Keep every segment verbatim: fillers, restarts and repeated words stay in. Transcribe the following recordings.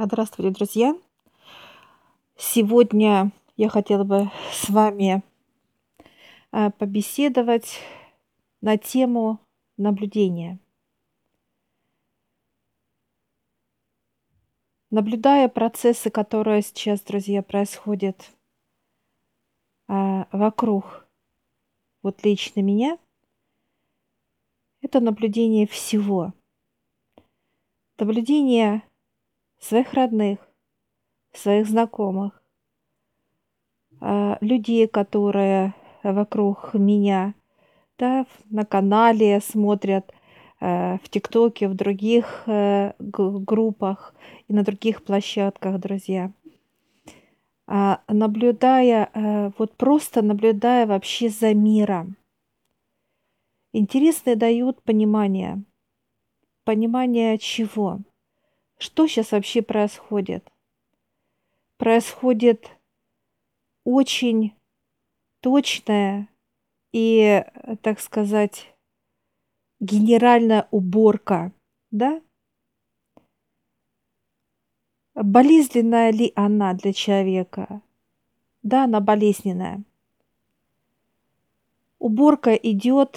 Здравствуйте, друзья! Сегодня я хотела бы с вами а, побеседовать на тему наблюдения. Наблюдая процессы, которые сейчас, друзья, происходят а, вокруг вот лично меня, это наблюдение всего. Наблюдение своих родных, своих знакомых, а, людей, которые вокруг меня, да, на канале смотрят, э, в "Тиктоке", в других, э, г группах и на других площадках, друзья. А, наблюдая, э, вот просто наблюдая вообще за миром. Интересное дают понимание. Понимание чего? Что сейчас вообще происходит? Происходит очень точная и, э, так сказать, генеральная уборка, да? Болезненная ли она для человека? Да, она болезненная. Уборка идет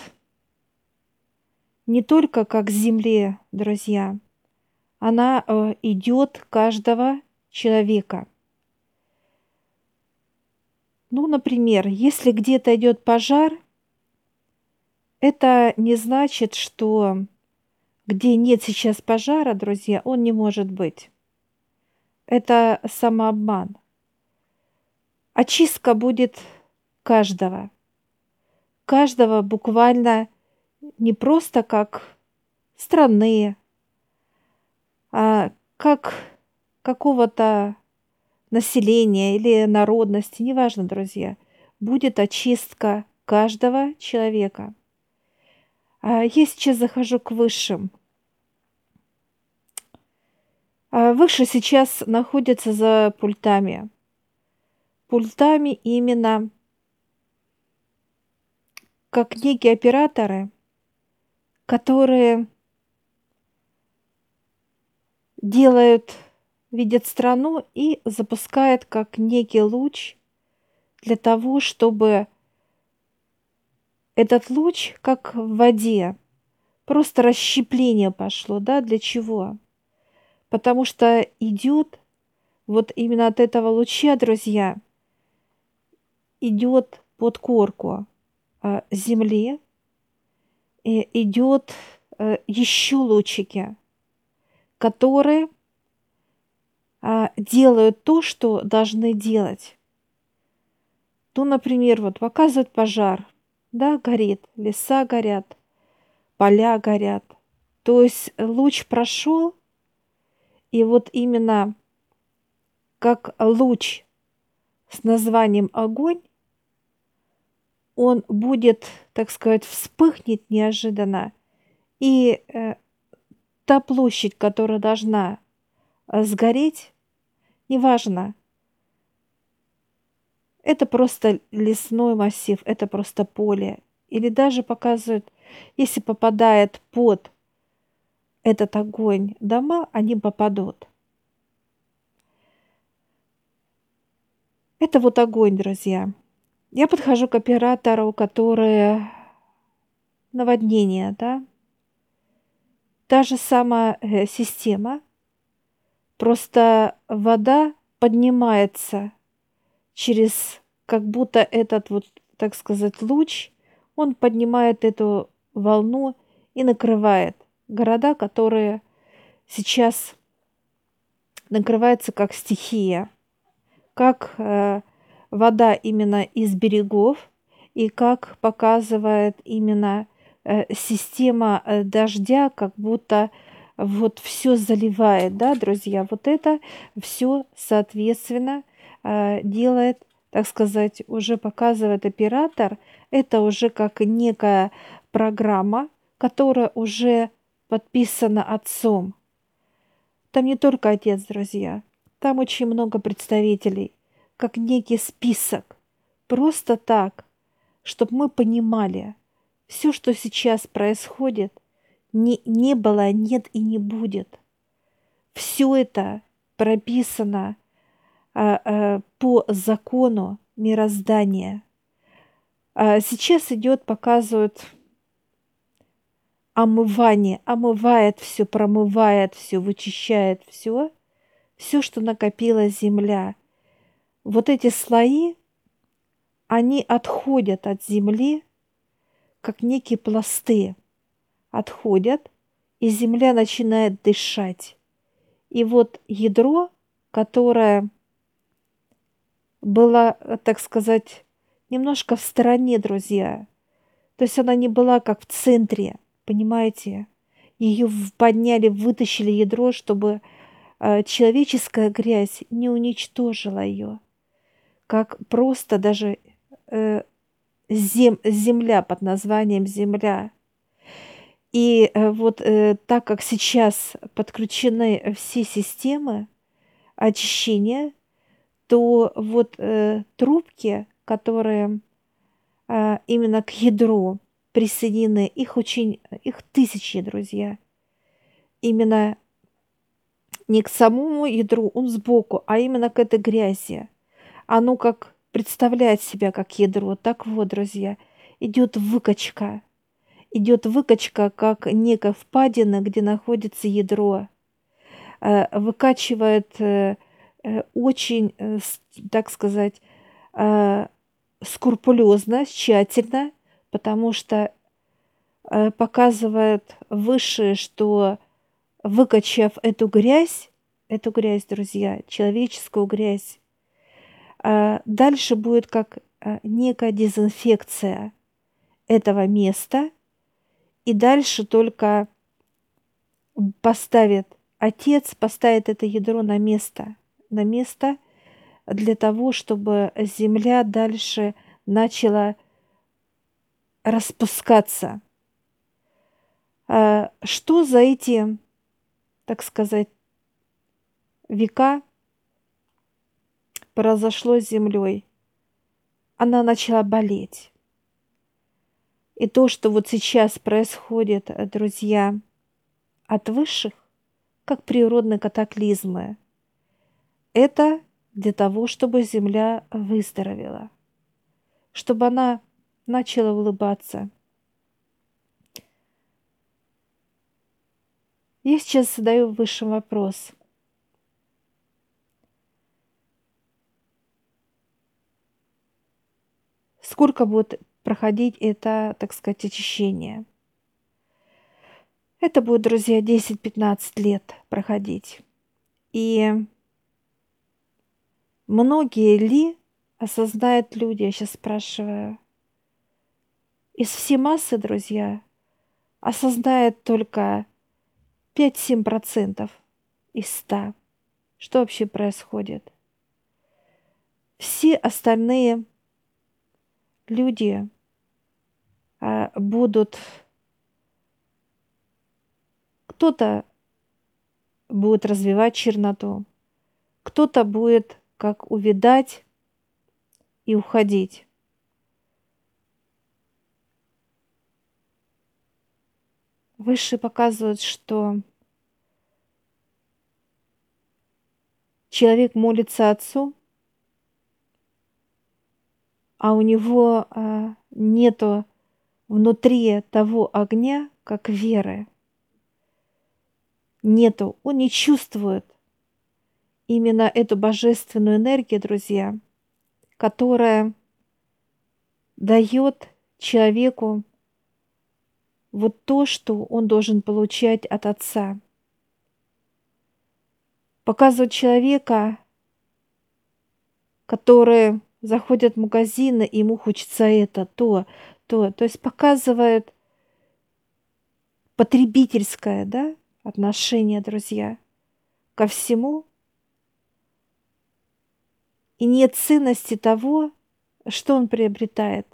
не только как к земле, друзья, она э, идет каждого человека. Ну, например, если где-то идет пожар, это не значит, что где нет сейчас пожара, друзья, он не может быть. Это самообман. Очистка будет каждого. Каждого буквально не просто как страны, а как какого-то населения или народности, неважно, друзья, будет очистка каждого человека. А я сейчас захожу к высшим. А выше сейчас находятся за пультами. Пультами именно как некие операторы, которые делают, видят страну и запускают как некий луч для того, чтобы этот луч, как в воде, просто расщепление пошло, да, для чего? Потому что идет вот именно от этого луча, друзья, идет под корку а, земли, и идет а, еще лучики, которые а, делают то, что должны делать. Ну, например, вот показывают пожар, да, горит, леса горят, поля горят. То есть луч прошел, и вот именно как луч с названием огонь, он будет, так сказать, вспыхнет неожиданно, и э, та площадь, которая должна э, сгореть, неважно, это просто лесной массив, это просто поле. Или даже показывают, если попадает под этот огонь дома, они попадут. Это вот огонь, друзья. Я подхожу к оператору, который наводнение, да. Та же самая э, система, просто вода поднимается через как будто этот вот, так сказать, луч, он поднимает эту волну и накрывает города, которые сейчас накрываются как стихия, как э, вода именно из берегов и как показывает именно э, система э, дождя, как будто вот все заливает, да, друзья, вот это все, соответственно, э, делает, так сказать, уже показывает оператор, это уже как некая программа, которая уже подписана отцом. Там не только отец, друзья, там очень много представителей, как некий список. Просто так, чтобы мы понимали, все, что сейчас происходит, не, не было, нет и не будет. Все это прописано а, а, по закону мироздания. А сейчас идет, показывают омывание, омывает все, промывает все, вычищает все, все, что накопила Земля. Вот эти слои, они отходят от Земли, как некие пласты, отходят, и Земля начинает дышать. И вот ядро, которое было, так сказать, немножко в стороне, друзья, то есть она не была как в центре, понимаете? Ее подняли, вытащили ядро, чтобы э, человеческая грязь не уничтожила ее, как просто даже э, зем, земля под названием Земля. И э, вот э, так как сейчас подключены все системы очищения, то вот э, трубки, которые э, именно к ядру присоединены, их очень, их тысячи, друзья. Именно не к самому ядру, он сбоку, а именно к этой грязи. Оно как представляет себя как ядро. Так вот, друзья, идет выкачка. Идет выкачка, как некая впадина, где находится ядро. Э, выкачивает э, э, очень, э, с- так сказать, э, скрупулезно, тщательно, потому что э, показывает выше, что выкачав эту грязь, эту грязь, друзья, человеческую грязь, э, дальше будет как э, некая дезинфекция этого места, и дальше только поставит Отец, поставит это ядро на место, на место для того, чтобы земля дальше начала распускаться. А что за эти, так сказать, века произошло с землей? Она начала болеть. И то, что вот сейчас происходит, э, друзья, от высших, как природные катаклизмы, это для того, чтобы земля выздоровела, чтобы она начала улыбаться. Я сейчас задаю высшим вопрос. Сколько будет проходить это, так сказать, очищение? Это будет, друзья, десять-пятнадцать лет проходить. И многие ли осознают люди, я сейчас спрашиваю, из всей массы, друзья, осознает только пять-семь процентов из ста, что вообще происходит. Все остальные люди а, будут, кто-то будет развивать черноту, кто-то будет как увядать и уходить. Высшие показывают, что человек молится Отцу, а у него а, нету внутри того огня, как веры. Нету, он не чувствует именно эту божественную энергию, друзья, которая дает человеку вот то, что он должен получать от Отца. Показывает человека, который заходит в магазин, и ему хочется это, то, то. То есть показывает потребительское, да, отношение, друзья, ко всему. И нет ценности того, что он приобретает.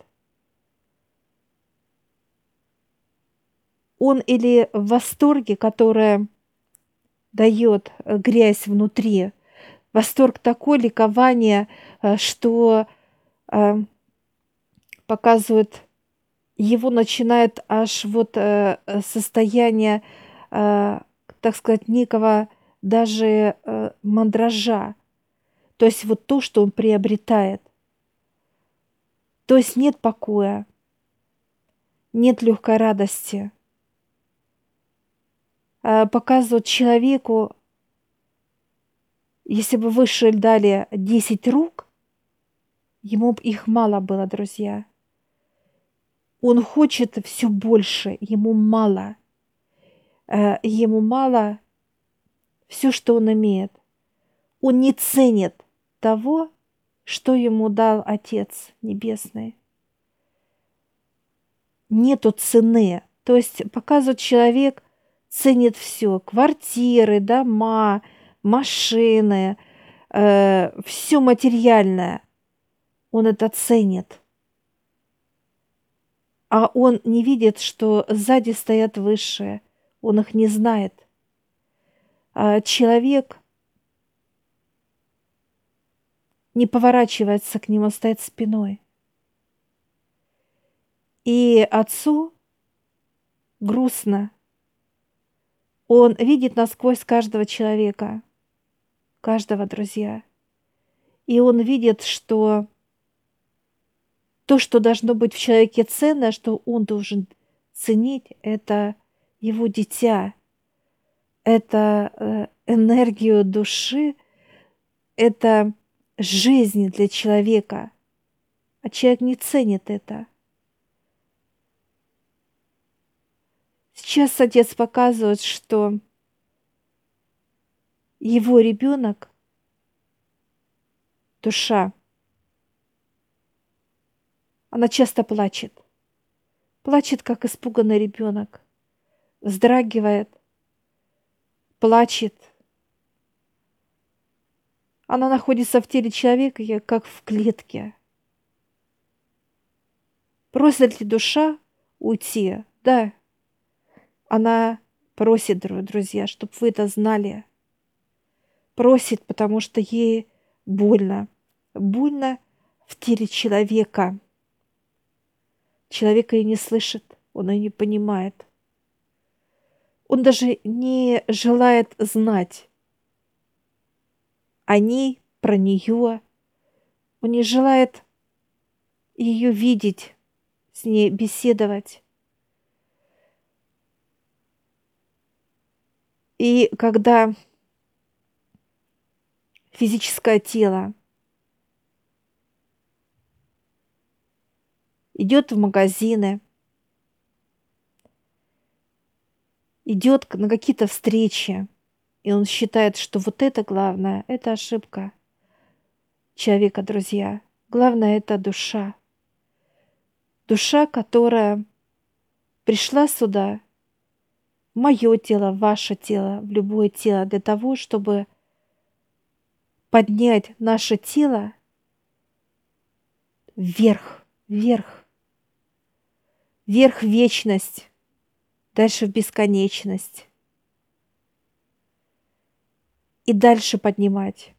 Он или в восторге, которое дает э, грязь внутри, восторг такой, ликование, э, что э, показывает, его начинает аж вот э, э, состояние, э, так сказать, некого даже э, мандража, то есть вот то, что он приобретает. То есть нет покоя, нет легкой радости. Э, показывают человеку, если бы выше дали десять рук, ему бы их мало было, друзья. Он хочет все больше, ему мало. Э, ему мало все, что он имеет. Он не ценит того, что ему дал Отец Небесный. Нету цены. То есть показывает, человек ценит все: квартиры, дома, машины, э, все материальное. Он это ценит. А он не видит, что сзади стоят высшие. Он их не знает. А человек не поворачивается к нему, стоит спиной. И отцу грустно. Он видит насквозь каждого человека, каждого, друзья. И он видит, что то, что должно быть в человеке ценное, что он должен ценить, это его дитя, это э, энергию души, это жизнь для человека. А человек не ценит это. Сейчас отец показывает, что его ребенок, душа, она часто плачет. Плачет, как испуганный ребенок. Вздрагивает, плачет. Она находится в теле человека, как в клетке. Просит ли душа уйти? Да. Она просит, друзья, чтобы вы это знали. Просит, потому что ей больно. Больно в теле человека. Человек ее не слышит, он ее не понимает. Он даже не желает знать о ней, про нее. Он не желает ее видеть, с ней беседовать. И когда физическое тело идет в магазины, идет на какие-то встречи, и он считает, что вот это главное, это ошибка человека, друзья. Главное — это душа. Душа, которая пришла сюда, в мое тело, в ваше тело, в любое тело, для того, чтобы поднять наше тело вверх, вверх, вверх в вечность, дальше в бесконечность. И дальше поднимать.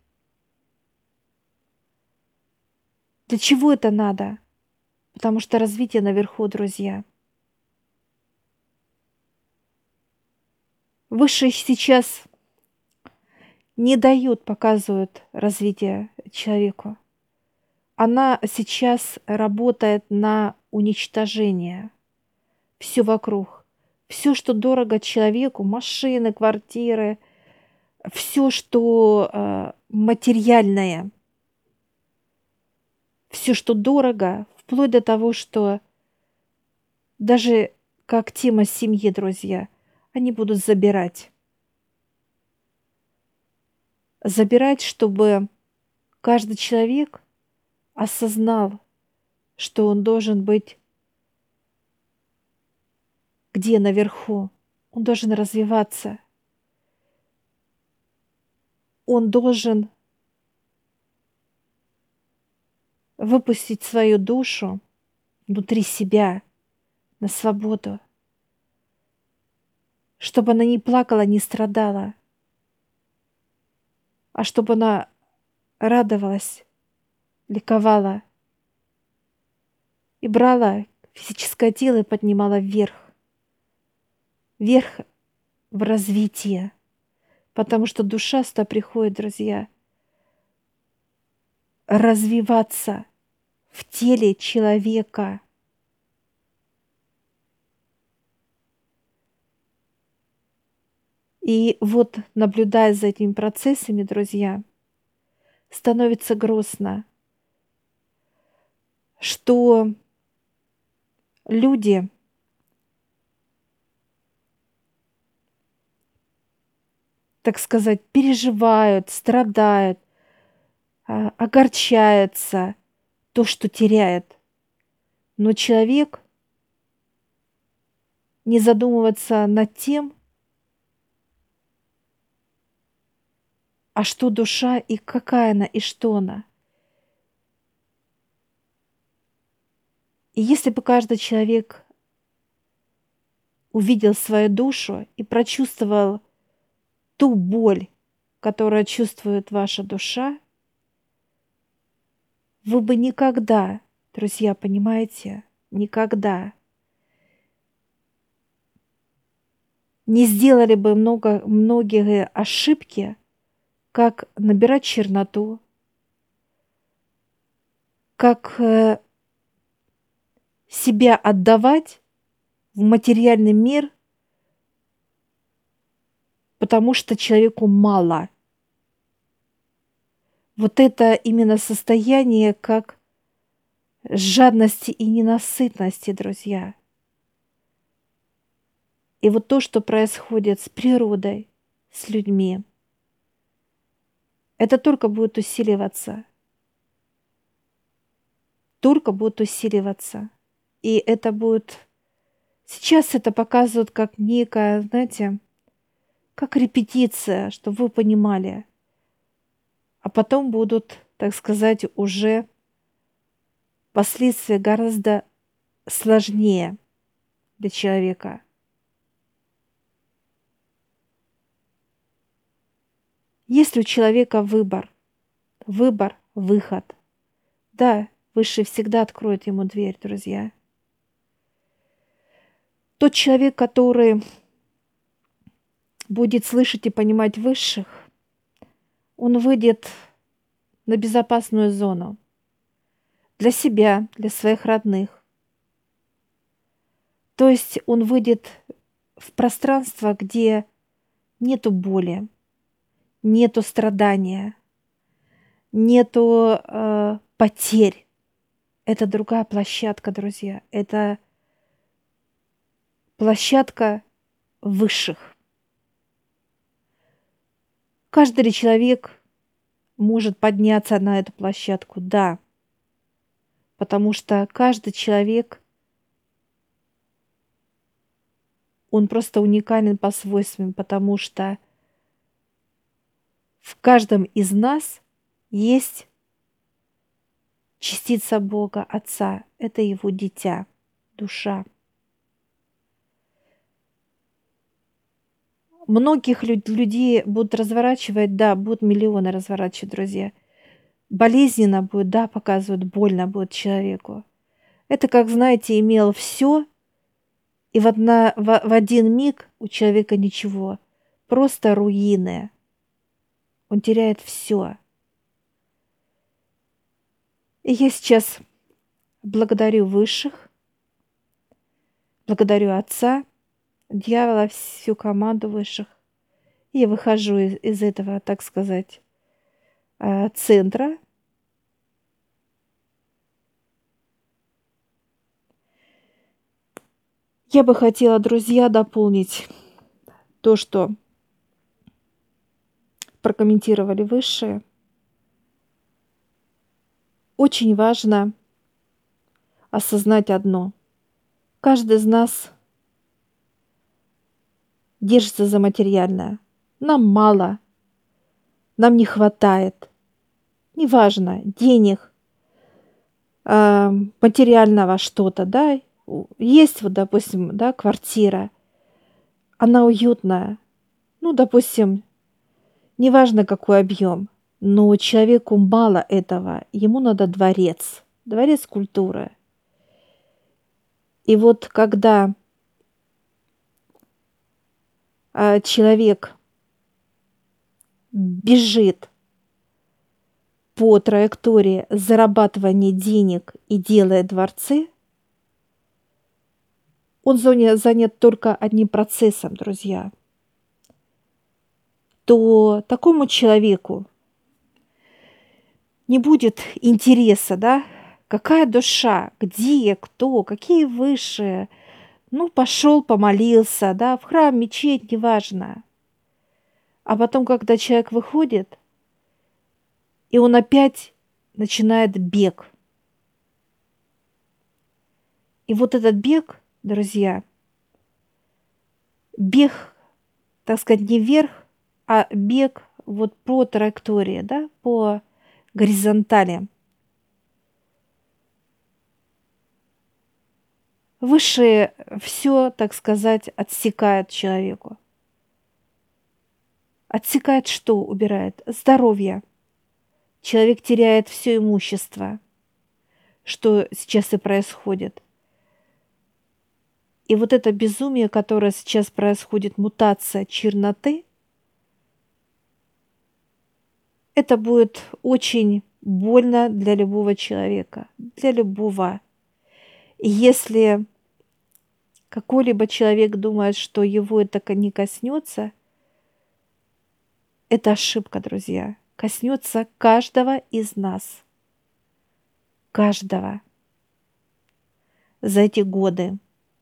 Для чего это надо? Потому что развитие наверху, друзья. Высшие сейчас не дают, показывают развитие человеку. Она сейчас работает на уничтожение. Все вокруг. Все, что дорого человеку, машины, квартиры, все, что э, материальное, все, что дорого, вплоть до того, что даже как тема семьи, друзья, они будут забирать. Забирать, чтобы каждый человек осознал, что он должен быть где наверху. Он должен развиваться. Он должен выпустить свою душу внутри себя на свободу, чтобы она не плакала, не страдала, а чтобы она радовалась, ликовала и брала физическое тело и поднимала вверх, вверх в развитие, Потому что душа сюда приходит, друзья, развиваться в теле человека. И вот, наблюдая за этими процессами, друзья, становится грустно, что люди так сказать, переживают, страдают, а, огорчаются, то, что теряет. Но человек не задумывается над тем, а что душа и какая она, и что она. И если бы каждый человек увидел свою душу и прочувствовал ту боль, которую чувствует ваша душа, вы бы никогда, друзья, понимаете, никогда не сделали бы много, многие ошибки, как набирать черноту, как э, себя отдавать в материальный мир, потому что человеку мало. Вот это именно состояние как жадности и ненасытности, друзья. И вот то, что происходит с природой, с людьми, это только будет усиливаться. Только будет усиливаться. И это будет... Сейчас это показывают как некая, знаете, как репетиция, чтобы вы понимали. А потом будут, так сказать, уже последствия гораздо сложнее для человека. Есть ли у человека выбор? Выбор, выход. Да, Высший всегда откроет ему дверь, друзья. Тот человек, который будет слышать и понимать Высших, он выйдет на безопасную зону для себя, для своих родных. То есть он выйдет в пространство, где нету боли, нету страдания, нету э, потерь. Это другая площадка, друзья. Это площадка высших. Каждый ли человек может подняться на эту площадку? Да. Потому что каждый человек, он просто уникален по свойствам, потому что в каждом из нас есть частица Бога Отца. Это его дитя, душа. Многих люд- людей будут разворачивать, да, будут миллионы разворачивать, друзья. Болезненно будет, да, показывают, больно будет человеку. Это, как, знаете, имел все, и в, одна, в, в один миг у человека ничего. Просто руины. Он теряет все. И я сейчас благодарю Высших, благодарю Отца, дьявола, всю команду Высших. И я выхожу из, из этого, так сказать, а, центра. Я бы хотела, друзья, дополнить то, что прокомментировали Высшие. Очень важно осознать одно. Каждый из нас держится за материальное. Нам мало, нам не хватает. Неважно, денег, э, материального что-то, да. Есть вот, допустим, да, квартира, она уютная. Ну, допустим, неважно какой объем, но человеку мало этого, ему надо дворец, дворец культуры. И вот когда э, человек бежит по траектории зарабатывания денег и делая дворцы, он занят только одним процессом, друзья, то такому человеку не будет интереса, да, какая душа, где, кто, какие высшие. Ну, пошел, помолился, да, в храм, мечеть, неважно. А потом, когда человек выходит, и он опять начинает бег. И вот этот бег, друзья, бег, так сказать, не вверх, а бег вот по траектории, да, по горизонтали. Высшие все, так сказать, отсекают человеку. Отсекает что? Убирает? Здоровье. Человек теряет все имущество, что сейчас и происходит. И вот это безумие, которое сейчас происходит, мутация черноты, это будет очень больно для любого человека, для любого. И если какой-либо человек думает, что его это не коснется, это ошибка, друзья. Коснется каждого из нас. Каждого. За эти годы.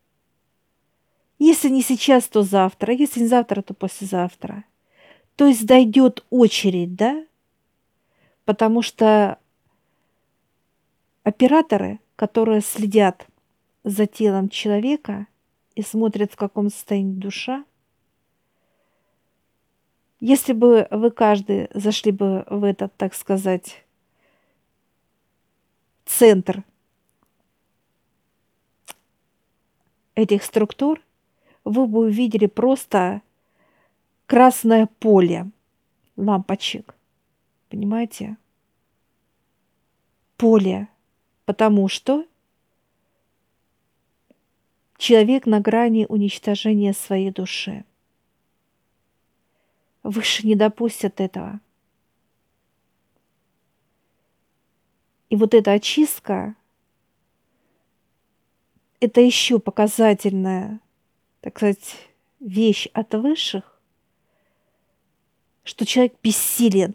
Если не сейчас, то завтра. Если не завтра, то послезавтра. То есть дойдет очередь, да? Потому что операторы, которые следят за телом человека и смотрят, в каком состоянии душа, если бы вы каждый зашли бы в этот, так сказать, центр этих структур, вы бы увидели просто красное поле лампочек. Понимаете? Поле. Потому что человек на грани уничтожения своей души. Выше не допустят этого. И вот эта очистка, это еще показательная, так сказать, вещь от высших, что человек бессилен.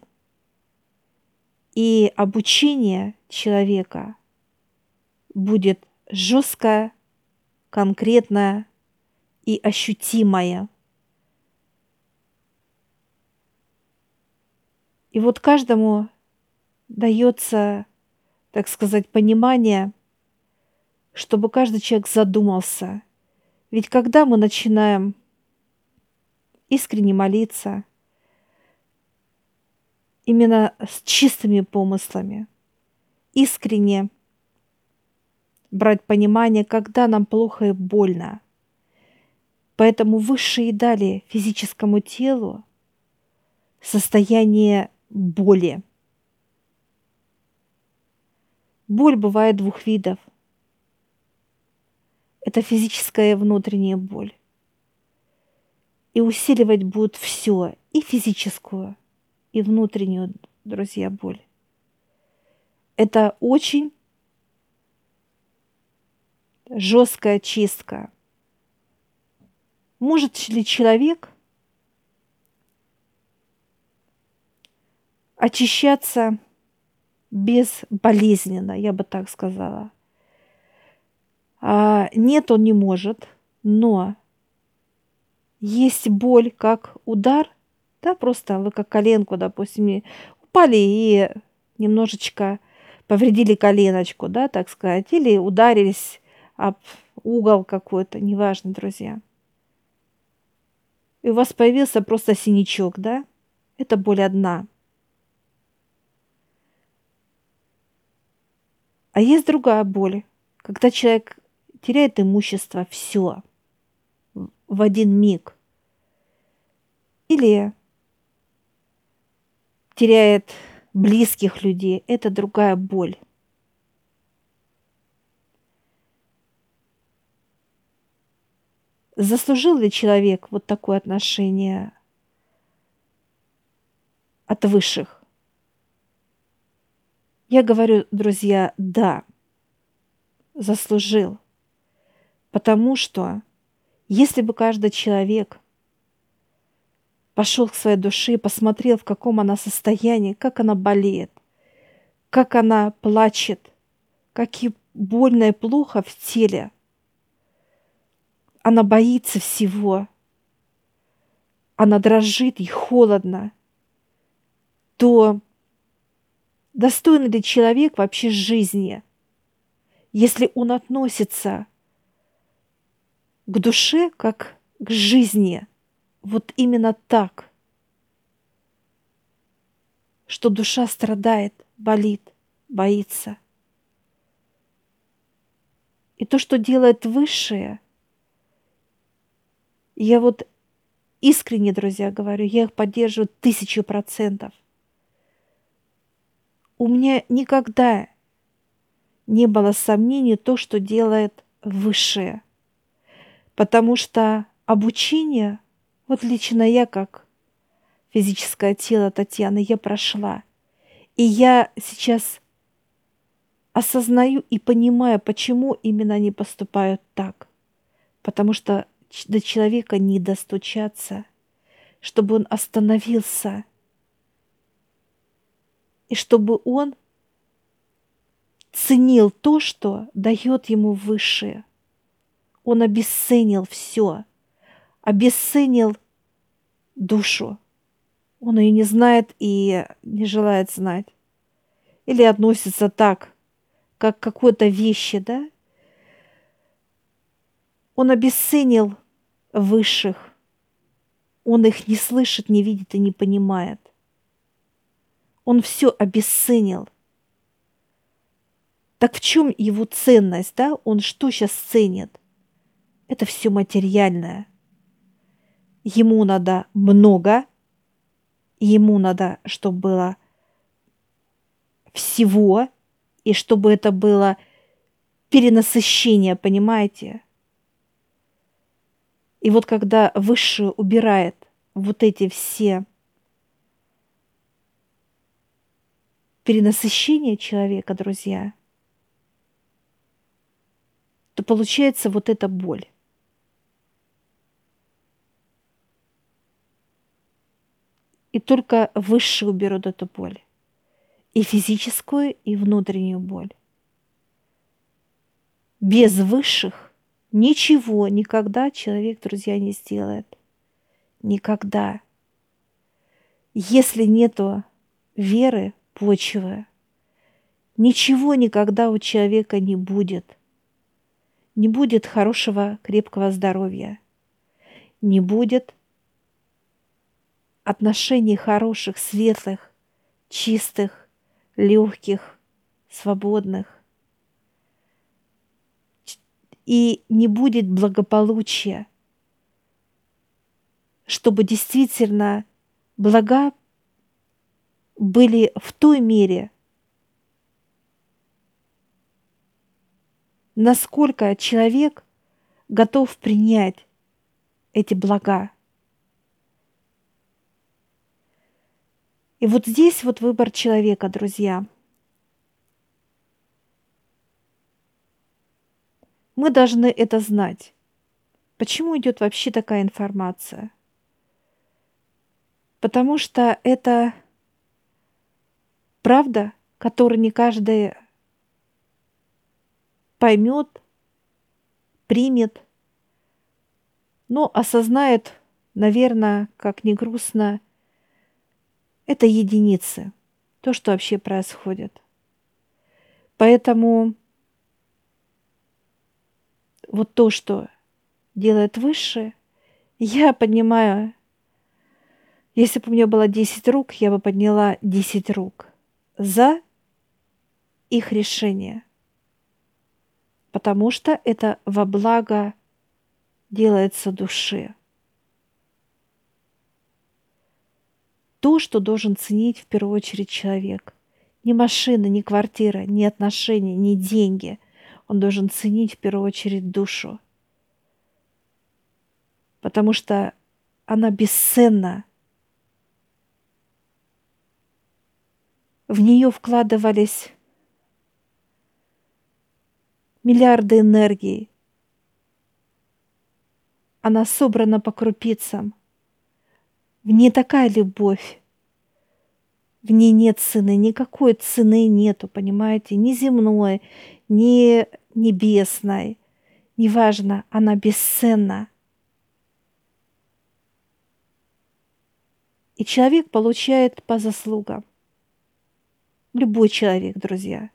И обучение человека будет жесткое, конкретное и ощутимое. И вот каждому дается, так сказать, понимание, чтобы каждый человек задумался. Ведь когда мы начинаем искренне молиться, именно с чистыми помыслами, искренне брать понимание, когда нам плохо и больно. Поэтому высшие дали физическому телу состояние боли. Боль бывает двух видов. Это физическая и внутренняя боль. И усиливать будут все, и физическую, и внутреннюю, друзья, боль. Это очень жесткая чистка. Может ли человек очищаться безболезненно, я бы так сказала? А, нет, он не может, но есть боль, как удар, да, просто вы как коленку, допустим, упали и немножечко повредили коленочку, да, так сказать, или ударились об угол какой-то, неважно, друзья. И у вас появился просто синячок, да? Это боль одна. А есть другая боль, когда человек теряет имущество, все в один миг. Или теряет близких людей. Это другая боль. Заслужил ли человек вот такое отношение от высших? Я говорю, друзья, да, заслужил. Потому что если бы каждый человек пошел к своей душе, посмотрел, в каком она состоянии, как она болеет, как она плачет, как ей больно и плохо в теле, она боится всего, она дрожит, ей холодно, то достоин ли человек вообще жизни, если он относится к душе как к жизни, вот именно так, что душа страдает, болит, боится. И то, что делает высшее, я вот искренне, друзья, говорю, я их поддерживаю тысячу процентов. У меня никогда не было сомнений то, что делает высшее. Потому что обучение, вот лично я, как физическое тело Татьяны, я прошла. И я сейчас осознаю и понимаю, почему именно они поступают так. Потому что до человека не достучаться, чтобы он остановился, и чтобы он ценил то, что дает ему высшее. Он обесценил все, обесценил душу. Он ее не знает и не желает знать. Или относится так, как к какой-то вещи, да? Он обесценил высших. Он их не слышит, не видит и не понимает. Он все обесценил. Так в чем его ценность, да? Он что сейчас ценит? Это все материальное. Ему надо много, ему надо, чтобы было всего, и чтобы это было перенасыщение, понимаете? И вот когда высшее убирает вот эти все перенасыщения человека, друзья, то получается вот эта боль. И только высшие уберут эту боль. И физическую, и внутреннюю боль. Без высших ничего никогда человек, друзья, не сделает. Никогда. Если нету веры, почвы, ничего никогда у человека не будет. Не будет хорошего, крепкого здоровья. Не будет отношений хороших, светлых, чистых, легких, свободных. И не будет благополучия, чтобы действительно блага были в той мере, насколько человек готов принять эти блага. И вот здесь вот выбор человека, друзья. Мы должны это знать. Почему идет вообще такая информация? Потому что это правда, которую не каждый поймет, примет, но осознает, наверное, как ни грустно, это единицы, то, что вообще происходит. Поэтому вот то, что делает высшее, я поднимаю, если бы у меня было десять рук, я бы подняла десять рук за их решение, потому что это во благо делается душе. То, что должен ценить в первую очередь человек. Не машина, не квартира, не отношения, не деньги. Он должен ценить в первую очередь душу. Потому что она бесценна. в нее вкладывались миллиарды энергии. Она собрана по крупицам. В ней такая любовь. В ней нет цены, никакой цены нету, понимаете? Ни земной, ни небесной. Неважно, она бесценна. И человек получает по заслугам. Любой человек, друзья.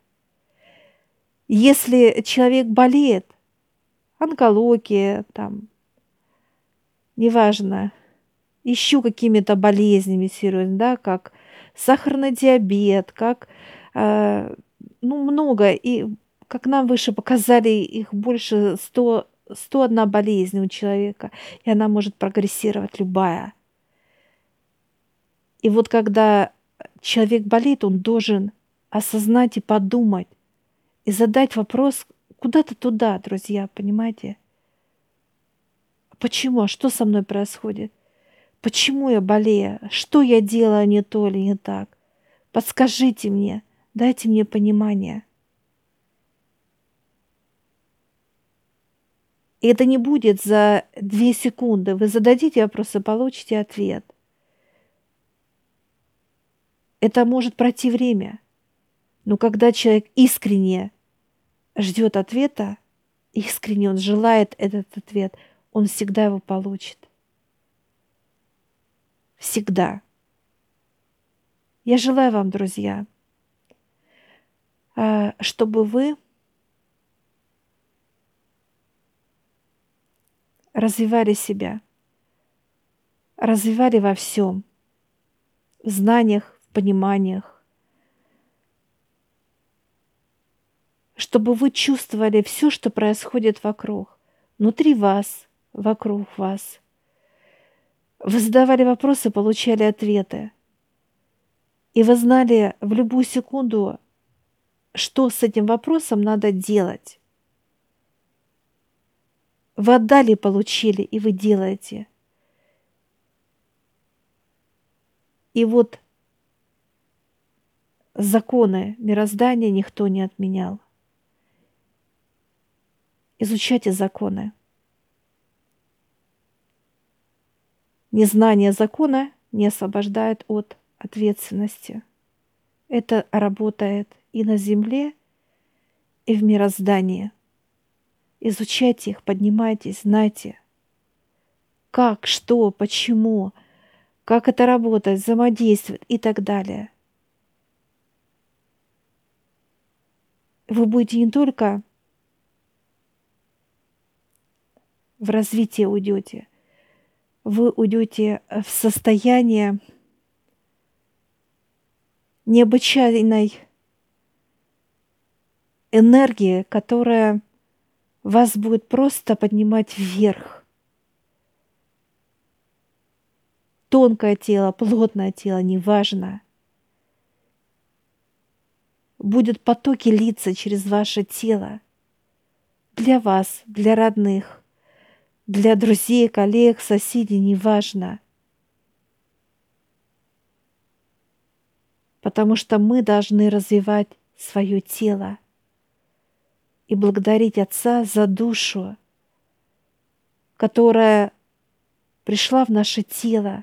Если человек болеет, онкология, там, неважно, еще какими-то болезнями серьезными, да, как сахарный диабет, как, э, ну, много, и как нам выше показали, их больше сто, сто одна болезнь у человека, и она может прогрессировать любая. И вот когда человек болеет, он должен осознать и подумать, и задать вопрос куда-то туда, друзья, понимаете? Почему? А что со мной происходит? Почему я болею? Что я делаю не то или не так? Подскажите мне, дайте мне понимание. И это не будет за две секунды. Вы зададите вопрос и получите ответ. Это может пройти время. Но когда человек искренне ждет ответа, искренне он желает этот ответ, он всегда его получит. Всегда. Я желаю вам, друзья, чтобы вы развивали себя, развивали во всем, в знаниях, в пониманиях, чтобы вы чувствовали все, что происходит вокруг, внутри вас, вокруг вас. Вы задавали вопросы, получали ответы. И вы знали в любую секунду, что с этим вопросом надо делать. Вы отдали, получили, и вы делаете. И вот законы мироздания никто не отменял. Изучайте законы. Незнание закона не освобождает от ответственности. Это работает и на земле, и в мироздании. Изучайте их, поднимайтесь, знайте, как, что, почему, как это работает, взаимодействует и так далее. Вы будете не только в развитие уйдете, вы уйдете в состояние необычайной энергии, которая вас будет просто поднимать вверх. Тонкое тело, плотное тело, неважно. Будут потоки литься через ваше тело. Для вас, для родных, для друзей, коллег, соседей, неважно. Потому что мы должны развивать свое тело и благодарить Отца за душу, которая пришла в наше тело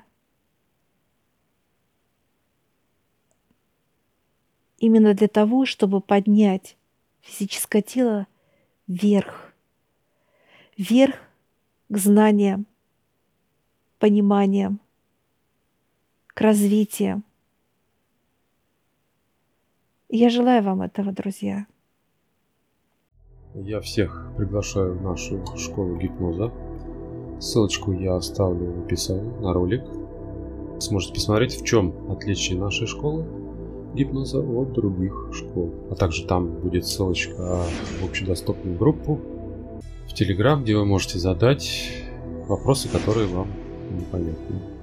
именно для того, чтобы поднять физическое тело вверх, вверх к знаниям, пониманиям, к развитию. Я желаю вам этого, друзья. Я всех приглашаю в нашу школу гипноза. Ссылочку я оставлю в описании на ролик. Сможете посмотреть, в чем отличие нашей школы гипноза от других школ. А также там будет ссылочка в общедоступную группу в Telegram, где вы можете задать вопросы, которые вам непонятны.